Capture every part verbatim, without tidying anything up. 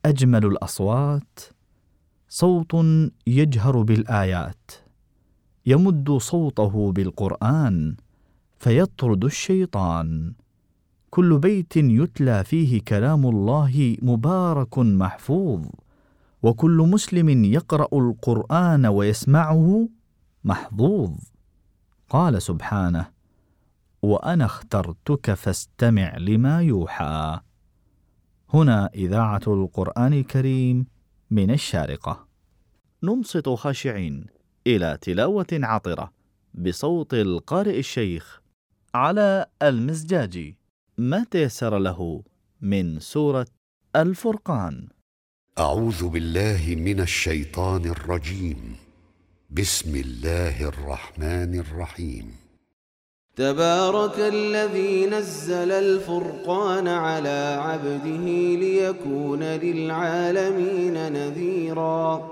أجمل الأصوات صوت يجهر بالآيات، يمد صوته بالقرآن فيطرد الشيطان. كل بيت يتلى فيه كلام الله مبارك محفوظ، وكل مسلم يقرأ القرآن ويسمعه محظوظ. قال سبحانه: وأنا اخترتك فاستمع لما يوحى. هنا إذاعة القرآن الكريم من الشارقة. ننصت خاشعين إلى تلاوة عطرة بصوت القارئ الشيخ على المزجاجي ما تيسر له من سورة الفرقان. أعوذ بالله من الشيطان الرجيم. بسم الله الرحمن الرحيم. تبارك الذي نزل الفرقان على عبده ليكون للعالمين نذيرا.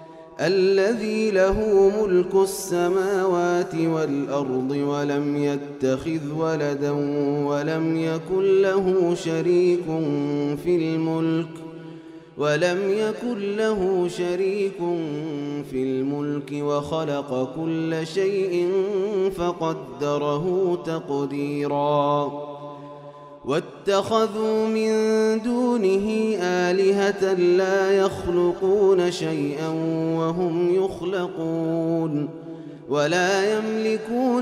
الذي له ملك السماوات والأرض ولم يتخذ ولدا ولم يكن له شريك في الملك ولم يكن له شريك في الملك وخلق كل شيء فقدره تقديرا. واتخذوا من دونه آلهة لا يخلقون شيئا وهم يخلقون ولا يملكون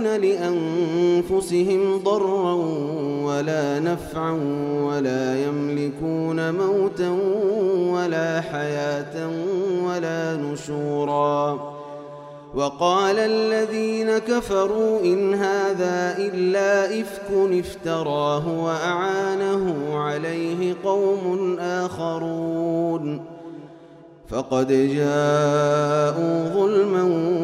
لأنفسهم ضرا ولا نفعا ولا يملكون موتا ولا حياة ولا نشورا. وقال الذين كفروا إن هذا إلا إفك افتراه وأعانه عليه قوم آخرون فقد جاءوا ظلما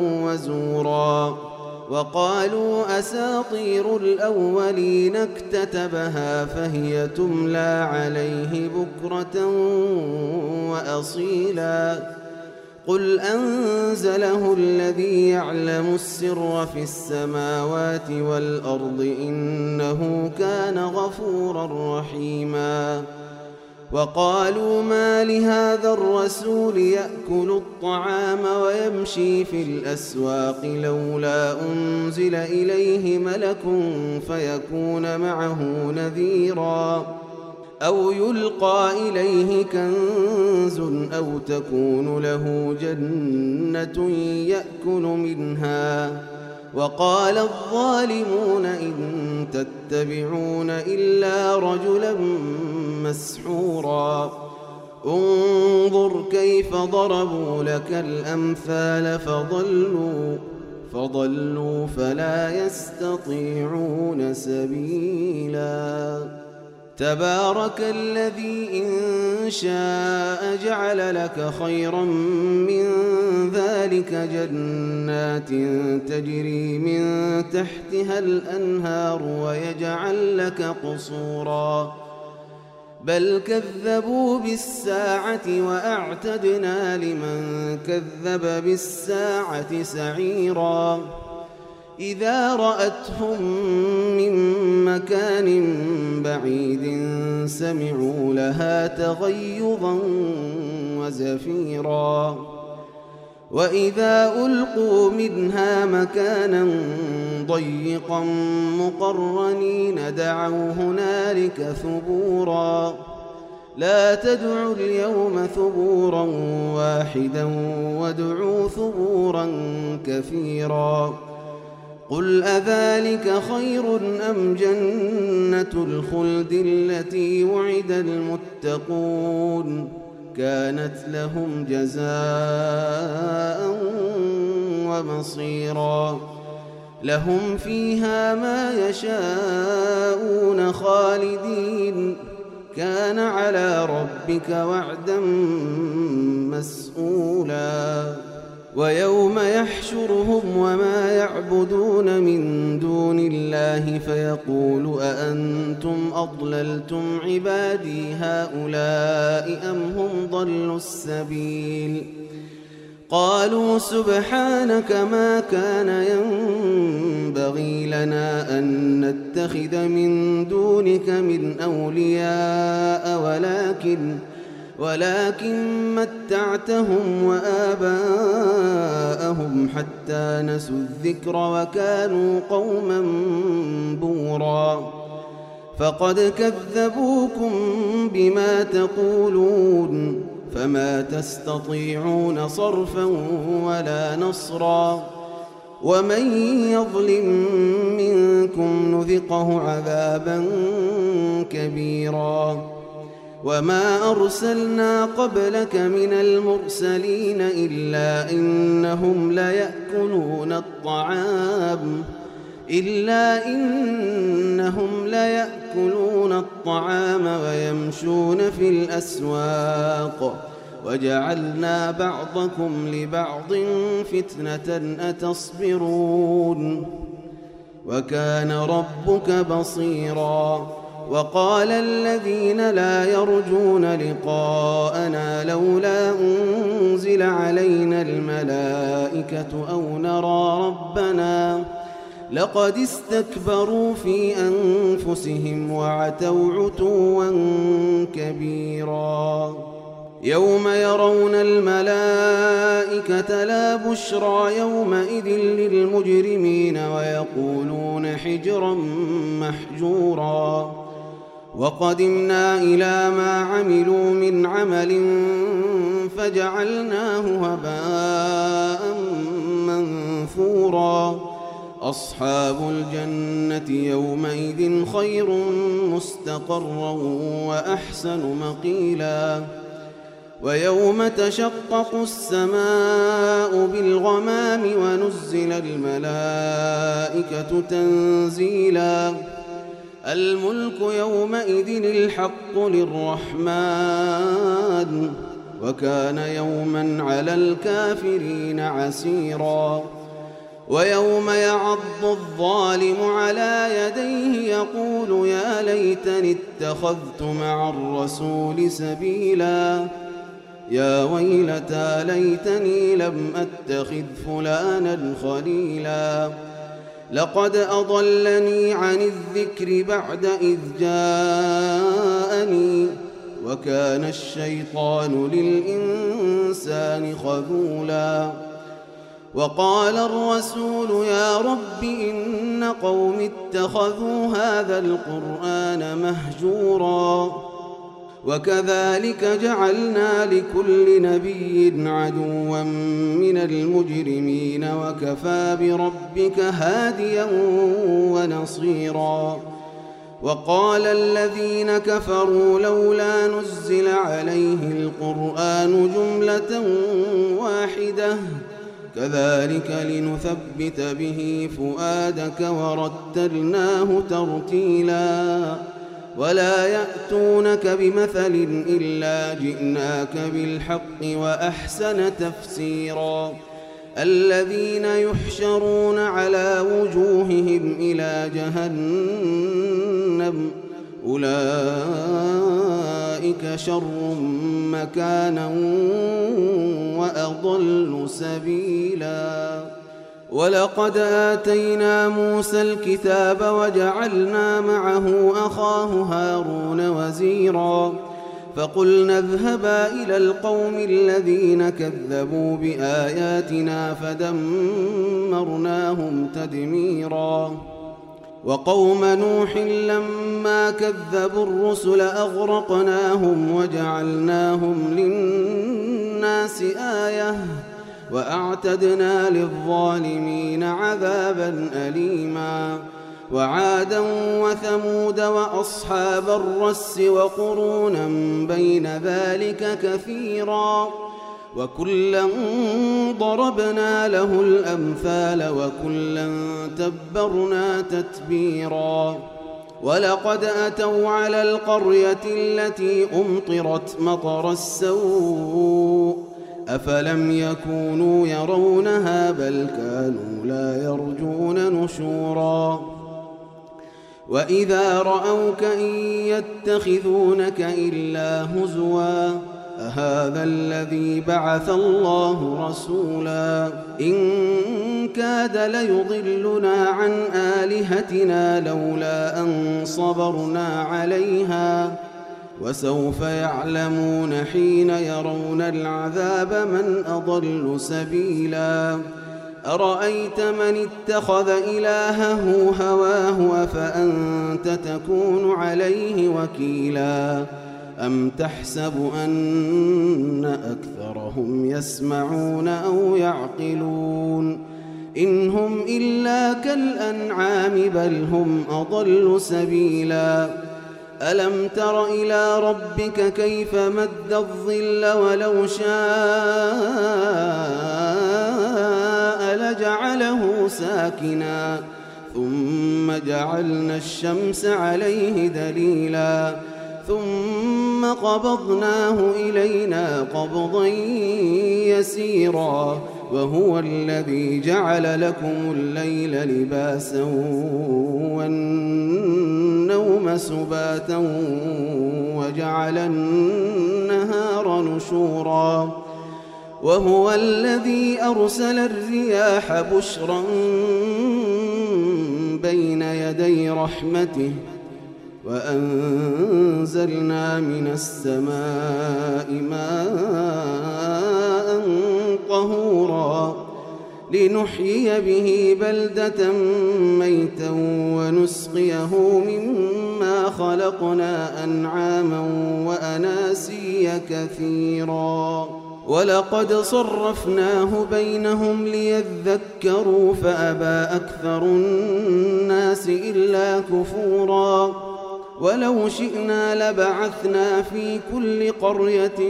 وزورا. وقالوا أساطير الأولين اكتتبها فهي تملى عليه بكرة وأصيلا. قل أنزله الذي يعلم السر في السماوات والأرض إنه كان غفورا رحيما. وقالوا ما لهذا الرسول يأكل الطعام ويمشي في الأسواق لولا أنزل إليه ملك فيكون معه نذيرا أو يلقى إليه كنز أو تكون له جنة يأكل منها. وقال الظالمون إن تتبعون إلا رجلا مسحورا. انظر كيف ضربوا لك الأمثال فضلوا فضلوا فلا يستطيعون سبيلا. تبارك الذي إن شاء جعل لك خيرا من ذلك جنات تجري من تحتها الأنهار ويجعل لك قصورا. بل كذبوا بالساعة وأعتدنا لمن كذب بالساعة سعيرا. إذا رأتهم من مكان بعيد سمعوا لها تغيظا وزفيرا. وإذا ألقوا منها مكانا ضيقا مقرنين دعوا هنالك ثبورا. لا تدعوا اليوم ثبورا واحدا وادعوا ثبورا كثيرا. قل أذلك خير أم جنة الخلد التي وعد المتقون كانت لهم جزاء ومصيرا. لهم فيها ما يشاءون خالدين كان على ربك وعدا مسئولا. ويوم يحشرهم وما يعبدون من دون الله فيقول أأنتم أضللتم عبادي هؤلاء أم هم ضلوا السبيل. قالوا سبحانك ما كان ينبغي لنا أن نتخذ من دونك من أولياء ولكن ولكن متعتهم وآباءهم حتى نسوا الذكر وكانوا قوما بورا فقد كذبوكم بما تقولون فما تستطيعون صرفا ولا نصرا ومن يظلم منكم نذقه عذابا كبيرا وما أرسلنا قبلك من المرسلين إلا إنهم ليأكلون الطعام إلا إنهم ليأكلون الطعام ويمشون في الأسواق وجعلنا بعضكم لبعض فتنة أتصبرون وكان ربك بصيرا وقال الذين لا يرجون لقاءنا لولا أنزل علينا الملائكة أو نرى ربنا لقد استكبروا في أنفسهم وعتوا عتوا كبيرا يوم يرون الملائكة لا بشرى يومئذ للمجرمين ويقولون حجرا محجورا وقدمنا إلى ما عملوا من عمل فجعلناه هباء منثورا أصحاب الجنة يومئذ خير مستقرا وأحسن مقيلا ويوم تشقق السماء بالغمام ونزل الملائكة تنزيلا الملك يومئذ الحق للرحمن وكان يوما على الكافرين عسيرا ويوم يعض الظالم على يديه يقول يا ليتني اتخذت مع الرسول سبيلا يا ويلتى ليتني لم أتخذ فلانا خليلا لقد أضلني عن الذكر بعد إذ جاءني وكان الشيطان للإنسان خذولا وقال الرسول يا رب إن قوم اتخذوا هذا القرآن مهجورا وكذلك جعلنا لكل نبي عدوا من المجرمين وكفى بربك هاديا ونصيرا وقال الذين كفروا لولا نزل عليه القرآن جملة واحدة كذلك لنثبت به فؤادك ورتلناه ترتيلا ولا يأتونك بمثل إلا جئناك بالحق وأحسن تفسيرا الذين يحشرون على وجوههم إلى جهنم أولئك شر مكانا وأضل سبيلا ولقد آتينا موسى الكتاب وجعلنا معه أخاه هارون وزيرا فقلنا اذهبا إلى القوم الذين كذبوا بآياتنا فدمرناهم تدميرا وقوم نوح لما كذبوا الرسل أغرقناهم وجعلناهم للناس آية وأعتدنا للظالمين عذابا أليما وعادا وثمود وأصحاب الرس وقرونا بين ذلك كثيرا وكلا ضربنا له الأمثال وكلا تبرنا تتبيرا ولقد أتوا على القرية التي أمطرت مطر السوء أفلم يكونوا يرونها بل كانوا لا يرجون نشورا وإذا رأوك إن يتخذونك إلا هزوا أهذا الذي بعث الله رسولا إن كاد ليضلنا عن آلهتنا لولا أن صبرنا عليها وسوف يعلمون حين يرون العذاب من أضل سبيلا أرأيت من اتخذ إلهه هواه أفأنت تكون عليه وكيلا أم تحسب أن أكثرهم يسمعون أو يعقلون إن هم إلا كالأنعام بل هم أضل سبيلا ألم تر إلى ربك كيف مد الظل ولو شاء لجعله ساكنا ثم جعلنا الشمس عليه دليلا ثم قبضناه إلينا قبضا يسيرا وهو الذي جعل لكم الليل لباسا والنوم سباتا وجعل النهار نشورا وهو الذي أرسل الرياح بشرا بين يدي رحمته وأنزلنا من السماء ماء طهورا لنحيي به بلدة ميتا ونسقيه مما خلقنا أنعاما وأناسيا كثيرا ولقد صرفناه بينهم ليذكروا فأبى أكثر الناس إلا كفورا ولو شئنا لبعثنا في كل قرية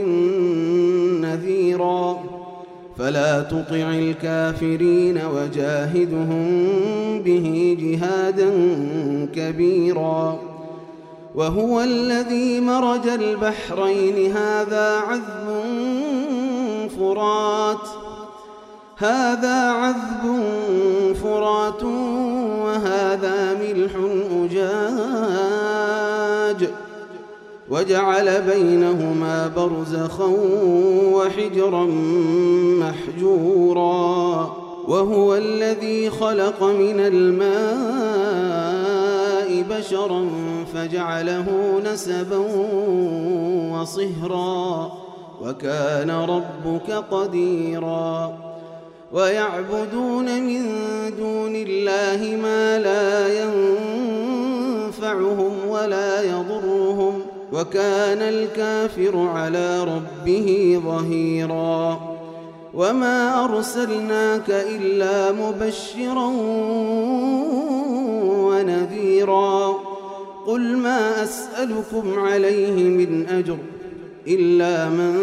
نذيرا فلا تطع الكافرين وجاهدهم به جهادا كبيرا وهو الذي مرج البحرين هذا عذب فرات هذا عذب فرات وهذا ملح أجاج وجعل بينهما برزخا وحجرا محجورا وهو الذي خلق من الماء بشرا فجعله نسبا وصهرا وكان ربك قديرا ويعبدون من دون الله ما لا ينفعهم ولا يضرهم وكان الكافر على ربه ظهيرا وما أرسلناك إلا مبشرا ونذيرا قل ما أسألكم عليه من أجر إلا من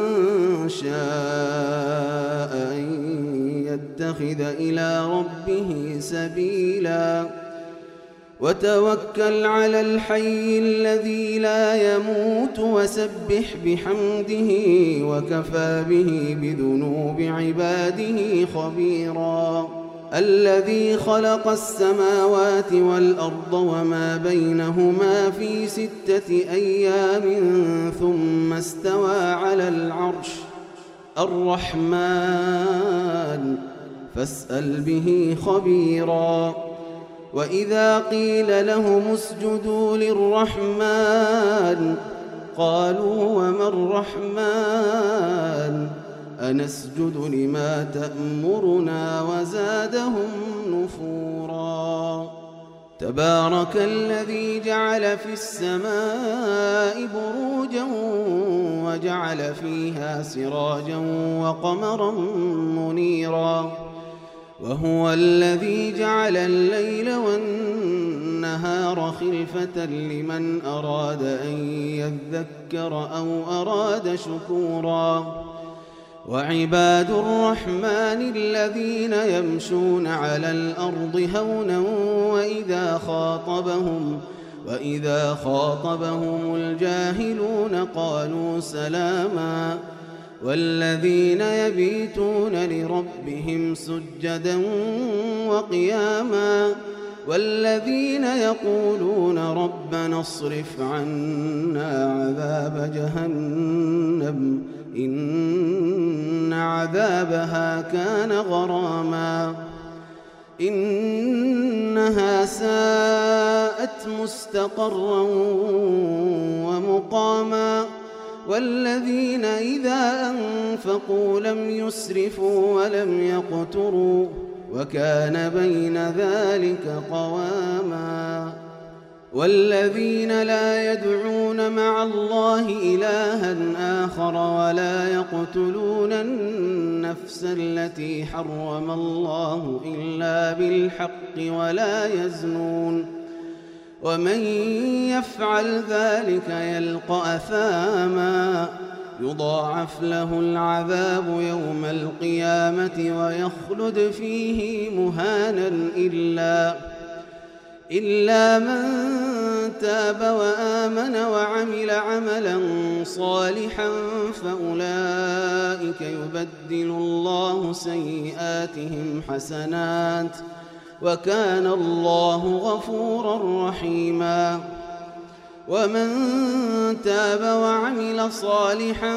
شاء أن يتخذ إلى ربه سبيلا وتوكل على الحي الذي لا يموت وسبح بحمده وكفى به بذنوب عباده خبيرا الذي خلق السماوات والأرض وما بينهما في ستة أيام ثم استوى على العرش الرحمن فاسأل به خبيرا وإذا قيل لهم اسجدوا للرحمن قالوا وما الرحمن أنسجد لما تأمرنا وزادهم نفورا تبارك الذي جعل في السماء بروجا وجعل فيها سراجا وقمرا منيرا وهو الذي جعل الليل والنهار خلفة لمن أراد أن يذكر أو أراد شكورا وعباد الرحمن الذين يمشون على الأرض هونا وإذا خاطبهم وإذا خاطبهم الجاهلون قالوا سلاما والذين يبيتون لربهم سجدا وقياما والذين يقولون ربنا اصرف عنا عذاب جهنم إن عذابها كان غراما إنها ساءت مستقرا ومقاما والذين إذا أنفقوا لم يسرفوا ولم يقتروا وكان بين ذلك قواما والذين لا يدعون مع الله إلها آخر ولا يقتلون النفس التي حرم الله إلا بالحق ولا يزنون ومن يفعل ذلك يلقى أثاما يضاعف له العذاب يوم القيامة ويخلد فيه مهانا إلا إلا من تاب وآمن وعمل عملا صالحا فأولئك يبدل الله سيئاتهم حسنات وكان الله غفورا رحيما ومن تاب وعمل صالحا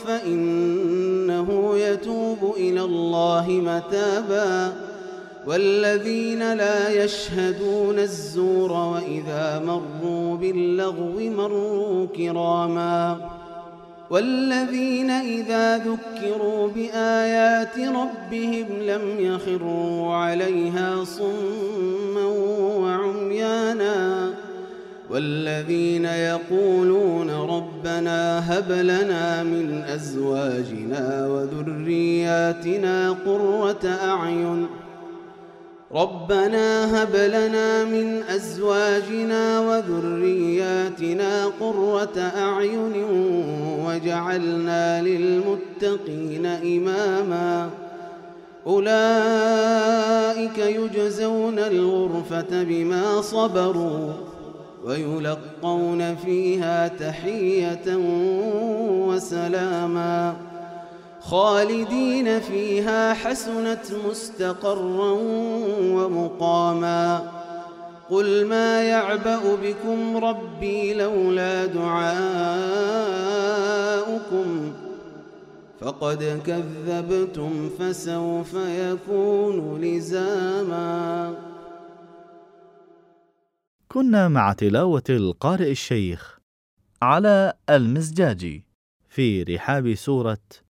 فإنه يتوب إلى الله متابا والذين لا يشهدون الزور وإذا مروا باللغو مروا كراما والذين إذا ذكروا بآيات ربهم لم يخروا عليها صما وعميانا والذين يقولون ربنا هب لنا من أزواجنا وذرياتنا قرة أعين ربنا هب لنا من أزواجنا وذرياتنا قرة أعين وجعلنا للمتقين إماما أولئك يجزون الغرفة بما صبروا ويلقون فيها تحية وسلاما خالدين فيها حسنت مستقرا ومقاما قل ما يعبأ بكم ربي لولا دعاؤكم فقد كذبتم فسوف يكون لزاما. كنا مع تلاوة القارئ الشيخ علاء المزجاجي في رحاب سورة